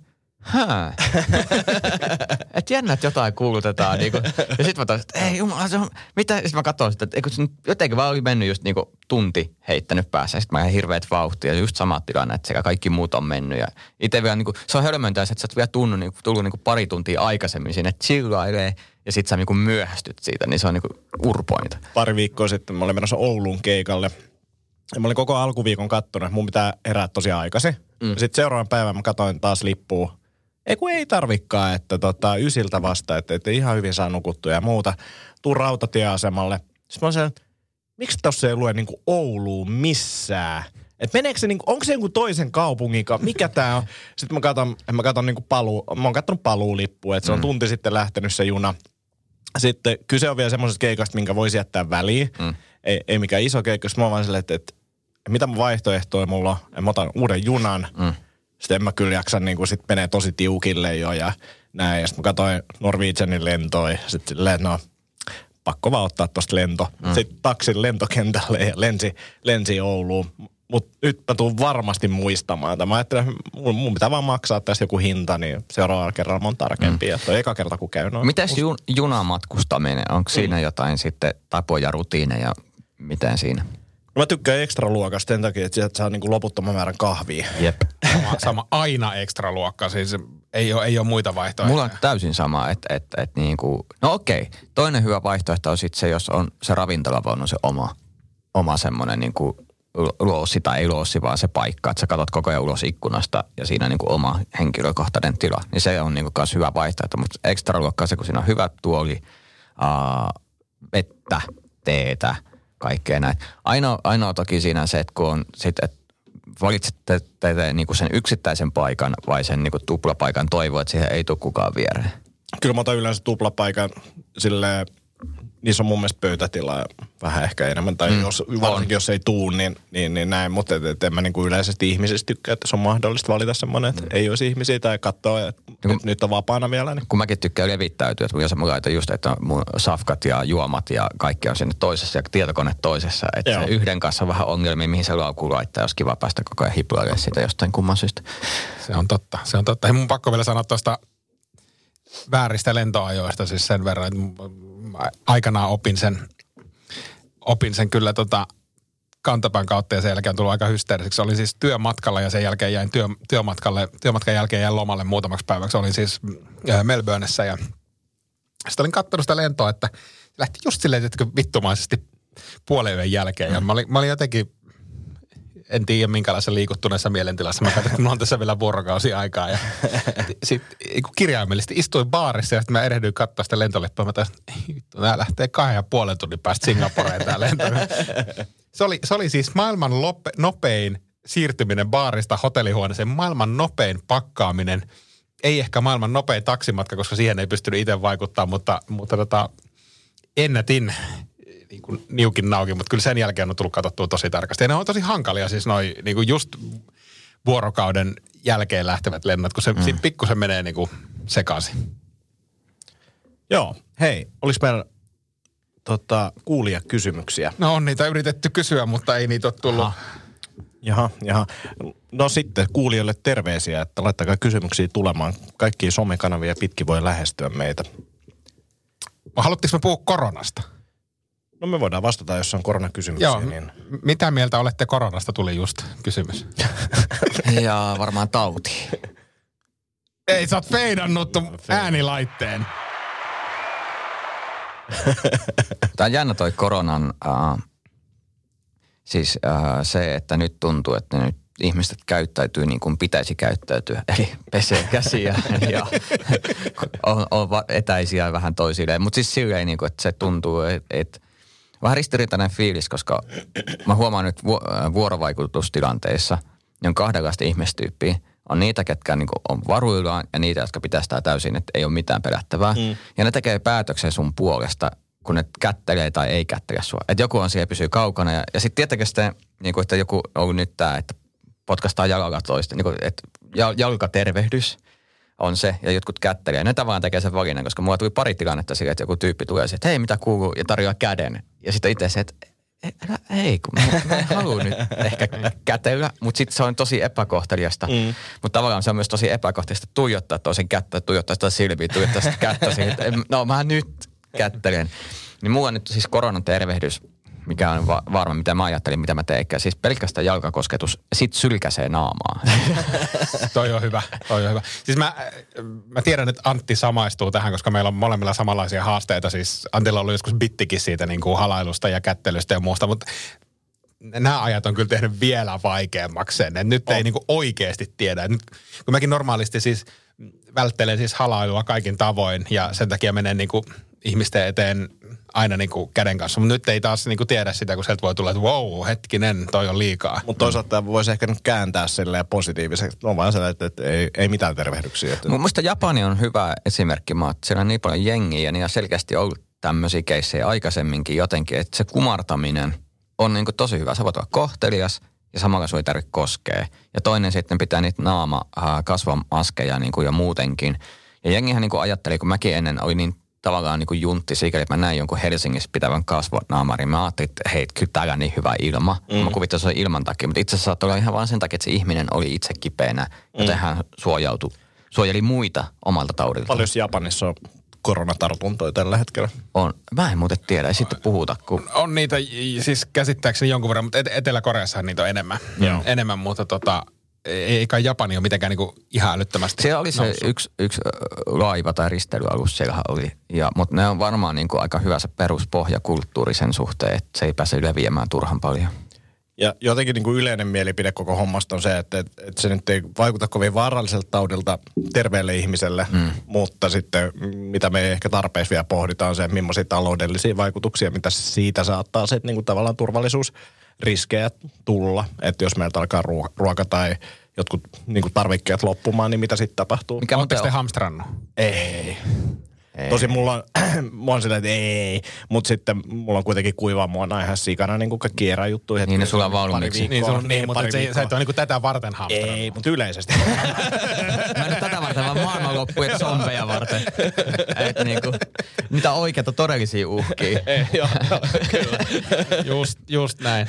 että jännä, että jotain kuulutetaan. Niinku. Ja sitten mä taas, että ei jumala, se on, mitä? Sitten mä katsoin sitä, että jotenkin vaan oli mennyt just niinku tunti heittänyt päässä. Sitten mä ihan hirveät vauhtia ja just sama tilanne, että sekä kaikki muut on mennyt. Ja itse vielä niinku, se on hölmöntä, että sä et vielä tullut niinku pari tuntia aikaisemmin sinne chillailee. Ja sit sä niinku myöhästyt siitä, niin se on niinku urpointa. Pari viikkoa sitten mä olin menossa Ouluun keikalle. Ja mä olin koko alkuviikon kattonut, että mun pitää herää tosi aikaisin. Sitten seuraavan päivän mä katsoin taas lippua. Ei tarvikaan, että 9 vasta, että ihan hyvin saa nukuttua ja muuta. Tuun rautatieasemalle. Sitten mä oon se, miksi tossa ei lue niinku Ouluun missään? Että meneekö se niinku, onko se joku toisen kaupungin kanssa? Mikä tää on? Sitten mä katon niinku mä oon kattonut paluulippua, että se on tunti sitten lähtenyt se juna. Sitten kyse on vielä semmoisesta keikasta, minkä voisi jättää väliin. Ei mikään iso keikka. Sitten mä oon vaan silleen, että mitä mun vaihtoehtoja mulla on? Mä otan uuden junan. Sitten en mä kyllä jaksa, niin kuin sit menee tosi tiukille jo ja näin. Ja sitten mä katsoin Norwegianin lentoja. Sitten silleen, no pakko vaan ottaa tosta lento. Sitten taksin lentokentälle ja lensi Ouluun. Mutta nyt mä tuun varmasti muistamaan. Mä ajattelin, että mun pitää vaan maksaa tässä joku hinta, niin seuraavalla kerralla mä oon tarkempi. Ja toi eka kerta, kun käy noin. Mites junamatkustaminen? Onko siinä jotain sitten tapoja, rutiineja? Miten siinä? Mä tykkään ekstraluokasta sen takia, että sieltä saa niinku loputtoman määrän kahvia. Jep. Sama aina ekstraluokka, siis ei ole muita vaihtoehtoja. Mulla on täysin sama, että niinku, no okei. Toinen hyvä vaihtoehto on sitten se, jos on se ravintola on se oma semmoinen niinku luossi tai ei luossi, vaan se paikka, että sä katsot koko ajan ulos ikkunasta ja siinä niinku oma henkilökohtainen tila. Niin se on niinku myös hyvä vaihtoehto, mutta ekstraluokka on se, kun siinä on hyvä tuoli, vettä, teetä, kaikkea näin. Ainoa toki siinä se, että kun on sitten, että valitsette niinku sen yksittäisen paikan vai sen niinku tuplapaikan toivoa, että siihen ei tule kukaan viereen. Kyllä mä otan yleensä tuplapaikan silleen, niissä on mun mielestä pöytätilaa vähän ehkä enemmän. Tai varsinkin jos ei tuu, niin näin. Mutta en mä niinku yleisesti ihmisistä tykkää, että se on mahdollista valita semmoinen, että ei olisi ihmisiä tai katsoa, että nyt on vapaana vielä. Niin. Kun mäkin tykkään levittäytyä, että jos mä laitan just, että mun safkat ja juomat ja kaikki on sinne toisessa ja tietokone toisessa. Että yhden kanssa on vähän ongelmia, mihin se laukuu laittaa, jos kiva päästä koko ajan hiplailemaan sitä jostain kumman syystä. Se on totta. Hei, mun pakko vielä sanoa tuosta vääristä lentoajoista siis sen verran, että aikanaan opin sen kyllä kantapään kautta ja sen jälkeen tullut aika hysteeriseksi. Olin siis työmatkalla ja sen jälkeen jäin työmatkan jälkeen jäin lomalle muutamaksi päiväksi. Olin siis Melbournessa ja sitten olin katsonut sitä lentoa, että lähti just silleen, että vittumaisesti puolen yön jälkeen. Ja mä olin jotenkin, en tiedä minkälaisessa liikuttuneessa mielentilassa. Mä katsoin, että mulla on tässä vielä vuorokausi aikaa. Ja sitten kirjaimellisesti istuin baarissa ja sitten mä erehdyin katsoa sitä lentoleppua. Mä taas, vittu, nää lähtee 2,5 tunnin päästä Singaporeen tää lento. Se oli siis maailman nopein siirtyminen baarista hotellihuoneeseen, maailman nopein pakkaaminen. Ei ehkä maailman nopein taksimatka, koska siihen ei pystynyt itse vaikuttaa, mutta ennätin niin kuin niukin naukin, mutta kyllä sen jälkeen on tullut katsottua tosi tarkasti. Ja ne on tosi hankalia siis noi niin kuin just vuorokauden jälkeen lähtevät lennot, kun se siitä pikkusen menee niin kuin sekaisin. Joo, hei, olis meillä kuulijakysymyksiä? No on niitä yritetty kysyä, mutta ei niitä ole tullut. Jaha. No sitten kuulijoille terveisiä, että laittakaa kysymyksiä tulemaan. Kaikkia somekanavia pitkin voi lähestyä meitä. Haluttiinko me puhua koronasta? No me voidaan vastata, jos on koronakysymyksiä. Joo, niin... mitä mieltä olette koronasta, tuli just kysymys. Ja varmaan tauti. Ei, sä oot feidannut äänilaitteen. Tämä on jännä toi koronan, se, että nyt tuntuu, että nyt ihmiset käyttäytyy niin kuin pitäisi käyttäytyä. Eli pesee käsiä ja on etäisiä vähän toisilleen. Mutta siis silleen, niin kuin, että se tuntuu, että vähän ristiriitainen fiilis, koska mä huomaan nyt vuorovaikutustilanteissa, niin on kahdenlaista ihmistyyppiä. On niitä, ketkä niin kuin on varuillaan ja niitä, jotka pitää sitä täysin, että ei ole mitään pelättävää. Ja ne tekee päätöksen sun puolesta, kun ne kättelee tai ei kättele sua. Että joku on siellä pysyy kaukana ja sitten tietenkin sitten, niin kuin, että joku on nyt tämä, että potkastaa jalalla toista. Niin kuin, että jalkatervehdys on se ja jotkut kättelee. Ne tavallaan tekee sen valinnan, koska mulla tuli pari tilannetta sille, että joku tyyppi tulee siihen, että hei mitä kuuluu ja tarjoaa käden. Ja sitten itse se, että ei, kun mä en halua nyt ehkä kätellä, mutta sitten se on tosi epäkohteliasta. Mutta tavallaan se on myös tosi epäkohteliasta tuijottaa toisen kättä, tuijottaa sitä silmiä, tuijottaa sitä kättä siihen, että no mä nyt kättelen. Niin mulla on nyt siis koronan tervehdys, mikä on varma, mitä mä ajattelin, mitä mä teen. Siis pelkästään jalkakosketus, sit sylkäsee naamaa. Toi on hyvä. Siis mä tiedän, että Antti samaistuu tähän, koska meillä on molemmilla samanlaisia haasteita. Siis Antilla on ollut joskus bittikin siitä niin kuin halailusta ja kättelystä ja muusta, mutta nämä ajat on kyllä tehnyt vielä vaikeammaksi sen. Että nyt ei niin kuin oikeasti tiedä. Nyt, kun mäkin normaalisti siis välttelen siis halailua kaikin tavoin ja sen takia menen niin kuin ihmisten eteen aina niin kuin käden kanssa. Mutta nyt ei taas niin kuin tiedä sitä, kun sieltä voi tulla, että wow, hetkinen, toi on liikaa. Mutta toisaalta voisi ehkä nyt kääntää silleen positiiviseksi. On vaan sellainen, että ei mitään tervehdyksiä. Minusta Japani on hyvä esimerkki. Siellä on niin paljon jengiä ja niillä on selkeästi ollut tämmöisiä keissejä aikaisemminkin jotenkin, että se kumartaminen on niin kuin tosi hyvä. Sä voit olla kohtelias ja samalla sun ei tarvitse koskea. Ja toinen sitten pitää niitä kasvamaskeja niin kuin jo muutenkin. Ja jengihän niin kuin ajatteli, kun mäkin ennen oli niin tavallaan niin kuin juntti sikäli, että mä näin jonkun Helsingissä pitävän kasvonaamarin. Mä ajattelin, että hei, kyllä täällä on niin hyvä ilma. Mä kuvittelin, että se on ilman takia, mutta itse asiassa saattoi olla ihan vaan sen takia, että se ihminen oli itse kipeänä, joten hän suojeli muita omalta taudilta. Paljon Japanissa on koronatartuntoja tällä hetkellä? On. Mä en muuten tiedä, ei sitten puhuta. On niitä siis käsittääkseni jonkun verran, mutta Etelä-Koreassahan niitä on enemmän. Enemmän, mutta ei kai Japani ole mitenkään niinku ihan älyttömästi. Siellä oli se yksi laiva tai risteilyalus siellä oli, mutta ne on varmaan niinku aika hyvä se peruspohjakulttuuri sen suhteen, että se ei pääse leviämään turhan paljon. Ja jotenkin niin kuin yleinen mielipide koko hommasta on se, että se nyt ei vaikuta kovin vaaralliselta taudilta terveelle ihmiselle, mutta sitten mitä me ehkä tarpeeksi vielä pohditaan se, millaisia taloudellisia vaikutuksia, mitä siitä saattaa se niin kuin tavallaan turvallisuusriskejä tulla. Että jos meiltä alkaa ruoka tai jotkut niin kuin tarvikkeet loppumaan, niin mitä sitten tapahtuu? Oletteko te hamstrannut? Ei. Tosin mulla on sillä, että ei, mutta sitten mulla on kuitenkin kuivaa muona ihan sikana niin kuin kaikki eräjuttuja. Niin ne sulla on valmiiksi. Niin, mutta sä et ole niin kuin tätä varten hamstrannut. Ei, mutta yleisesti. Mä en ole tätä varten, vaan maailmanloppuja zombeja varten. Että niinku, mitä oikeita todellisia uhkia. Joo, kyllä. Just näin.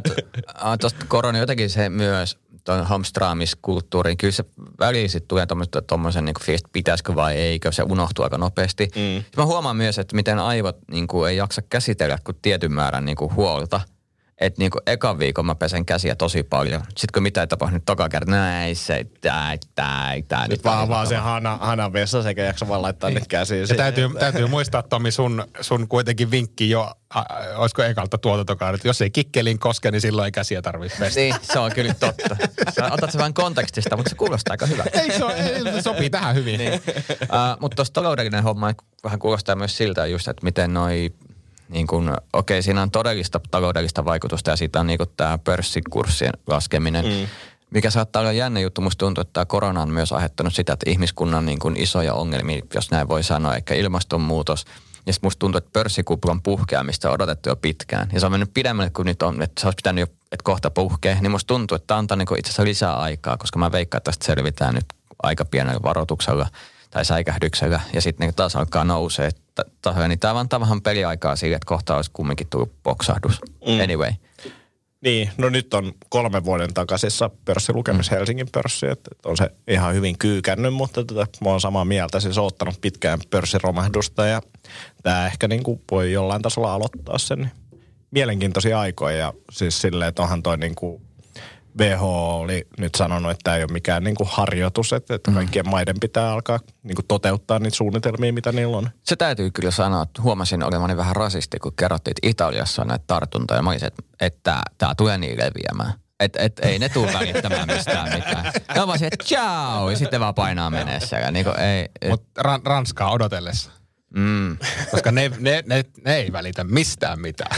Tuosta korona jotenkin se myös, tuon hamstraamiskulttuuriin, kyllä se väliin sitten tulee tommosen niin fiilis, pitäisikö vai eikö, se unohtuu aika nopeasti. Mä huomaan myös, että miten aivot niin kuin, ei jaksa käsitellä kuin tietyn määrän niin kuin, huolta. Että niinku ekan viikon mä pesen käsiä tosi paljon. Sitten kun mitä ei tapahtunut toka kerta, tää. Nyt vaan se Hanan vessa sekä jaksa vaan laittaa niitä käsiä. Ja täytyy muistaa, Tomi, sun kuitenkin vinkki jo, olisiko ekalta tuotantokaan, että jos ei kikkeliin koske, niin silloin ei käsiä tarvitse pestä. Niin, se on kyllä totta. Sä otat sen vähän kontekstista, mutta se kuulostaa aika hyvä. Se sopii tähän hyvin. Niin. Mutta tuossa taloudellinen homma vähän kuulostaa myös siltä just, että miten niin kuin, okei, siinä on todellista taloudellista vaikutusta ja siitä on niin kuin tämä pörssikurssien laskeminen, mikä saattaa olla jännä juttu. Musta tuntuu, että tämä korona on myös aiheuttanut sitä, että ihmiskunnan niin kuin isoja ongelmia, jos näin voi sanoa, eikä ilmastonmuutos. Ja sitten musta tuntuu, että pörssikuplan puhkeamista on odotettu jo pitkään. Ja se on mennyt pidemmälle kuin nyt on, että se olisi pitänyt jo, että kohta puhkee. Niin musta tuntuu, että tämä antaa niin kuin itse asiassa lisää aikaa, koska mä veikkaan, että tästä selvitään nyt aika pienellä varoituksella tai säikähdyksellä. Ja sitten niin taas alkaa nousee tahoja. Niin tämä antaa vähän peliaikaa sille, että kohta olisi kumminkin tullut poksahdus. Anyway. Niin, no nyt on 3 vuoden takaisessa pörssilukemissa Helsingin pörssi, että on se ihan hyvin kyykännyt, mutta mä oon samaa mieltä, siis on ottanut pitkään pörssiromahdusta ja tämä ehkä niin kuin voi jollain tasolla aloittaa sen. Niin mielenkiintoisia aikoja ja siis silleen, että onhan toi niin kuin WHO oli nyt sanonut, että tämä ei ole mikään niin kuin harjoitus, että kaikkien maiden pitää alkaa niin kuin toteuttaa niitä suunnitelmia, mitä niillä on. Se täytyy kyllä sanoa, että huomasin olevani vähän rasisti, kun kerrottiin, että Italiassa on näitä tartuntoja. Mä olisin, että tämä tulee niin leviämään. Että ei ne tule välittämään mistään mitään. Ne on vaan se, että ciao, ja sitten vaan painaa meneessä. Niin mutta Ranskaa odotellessa. Koska ne ei välitä mistään mitään.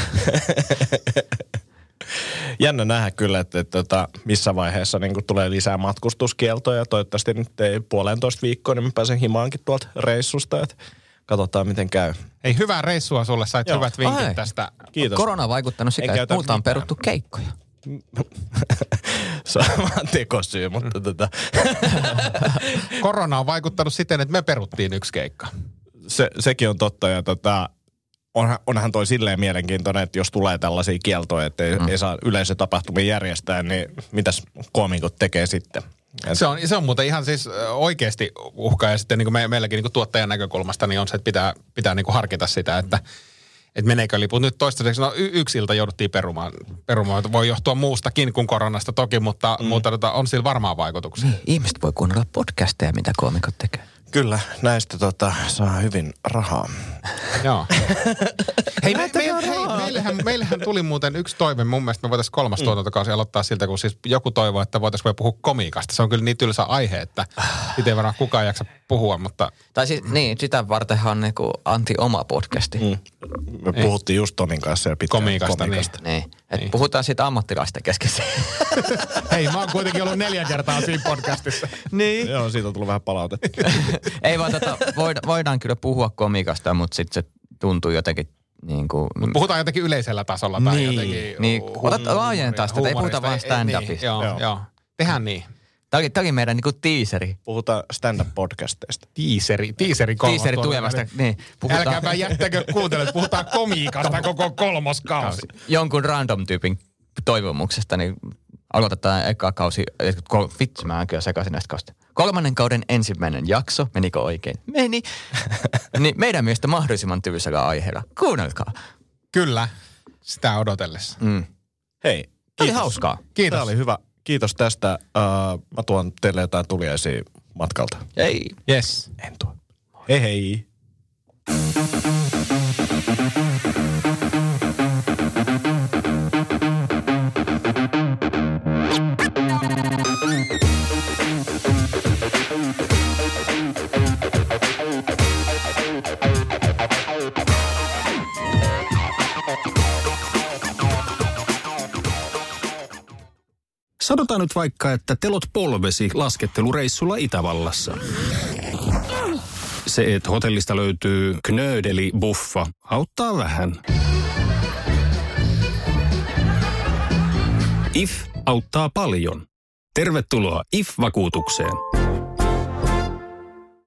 Jännä nähdä kyllä, että missä vaiheessa niin tulee lisää matkustuskieltoja. Toivottavasti nyt ei 1,5 viikkoa, niin mä pääsen himaankin tuolta reissusta. Että katsotaan, miten käy. Ei, hyvää reissua sulle. Sait hyvät vinkit tästä. Kiitos. Korona on vaikuttanut sitä, että multa on peruttu keikkoja. Se on vaan tekosyy, mutta Korona on vaikuttanut siten, että me peruttiin 1 keikka. Sekin on totta ja onhan toi silleen mielenkiintoinen, että jos tulee tällaisia kieltoja, että ei saa yleisötapahtumia järjestää, niin mitäs koomikot tekee sitten? Se on muuten ihan siis oikeasti uhka ja sitten niin kuin meilläkin niin kuin tuottajan näkökulmasta niin on se, että pitää niin kuin harkita sitä, että meneekö liput. Nyt toistaiseksi, 1 ilta jouduttiin perumaan. Voi johtua muustakin kuin koronasta toki, mutta on sillä varmaan vaikutuksia. Niin, ihmiset voi kuunnella podcasteja, mitä koomikot tekee. Kyllä, näistä saa hyvin rahaa. Joo. Hei, meillähän tuli muuten 1 toive. Mun mielestä me voitaisiin 3. tuotantokausi aloittaa siltä, kun siis joku toivoo, että voitaisiin puhua komiikasta. Se on kyllä niin tylsä aihe, että siitä ei varmaan kukaan jaksa puhua, mutta... Tai siis niin, sitä vartenhan on niinku anti-oma podcasti. Me puhuttiin just Tomin kanssa ja pitkään komiikasta. Niin. Puhutaan siitä ammattilaisten keskessä. Hei, mä oon kuitenkin ollut 4 kertaa siinä podcastissa. Niin. Joo, siitä on tullut vähän palautetta. Ei vaan voidaan kyllä puhua komikasta, mutta sitten se tuntuu jotenkin niin kuin... Puhutaan jotenkin yleisellä tasolla tai jotenkin... Niin, laajentaa sitä, ei puhuta vaan stand-upista. Joo. Tehdään niin. Tämä oli meidän niinku tiiseri. Puhutaan stand-up-podcasteista. Tiiseri tulevasta, niin. Älkääpä jättäkö kuuntelemaan, puhutaan komiikasta koko 3. kausi. Jonkun random-tyypin toivomuksesta, niin aloitetaan eka kausi. Vitsi, mä oon kyllä sekaisin näistä kausista. 3. kauden ensimmäinen jakso. Menikö oikein? Meni. Niin meidän mielestä mahdollisimman tylsällä aiheella. Kuunnelkaa. Kyllä, sitä odotellessa. Hei, kiitos. Oli hauskaa. Kiitos. Tämä oli hyvä. Kiitos tästä. Mä tuon teille jotain tuliaisia matkalta. Hei. Yes. En tuo. Hei hei. Sanotaan nyt vaikka, että telot polvesi laskettelureissulla Itävallassa. Se, että hotellista löytyy knöydeli-buffa, auttaa vähän. IF auttaa paljon. Tervetuloa IF-vakuutukseen.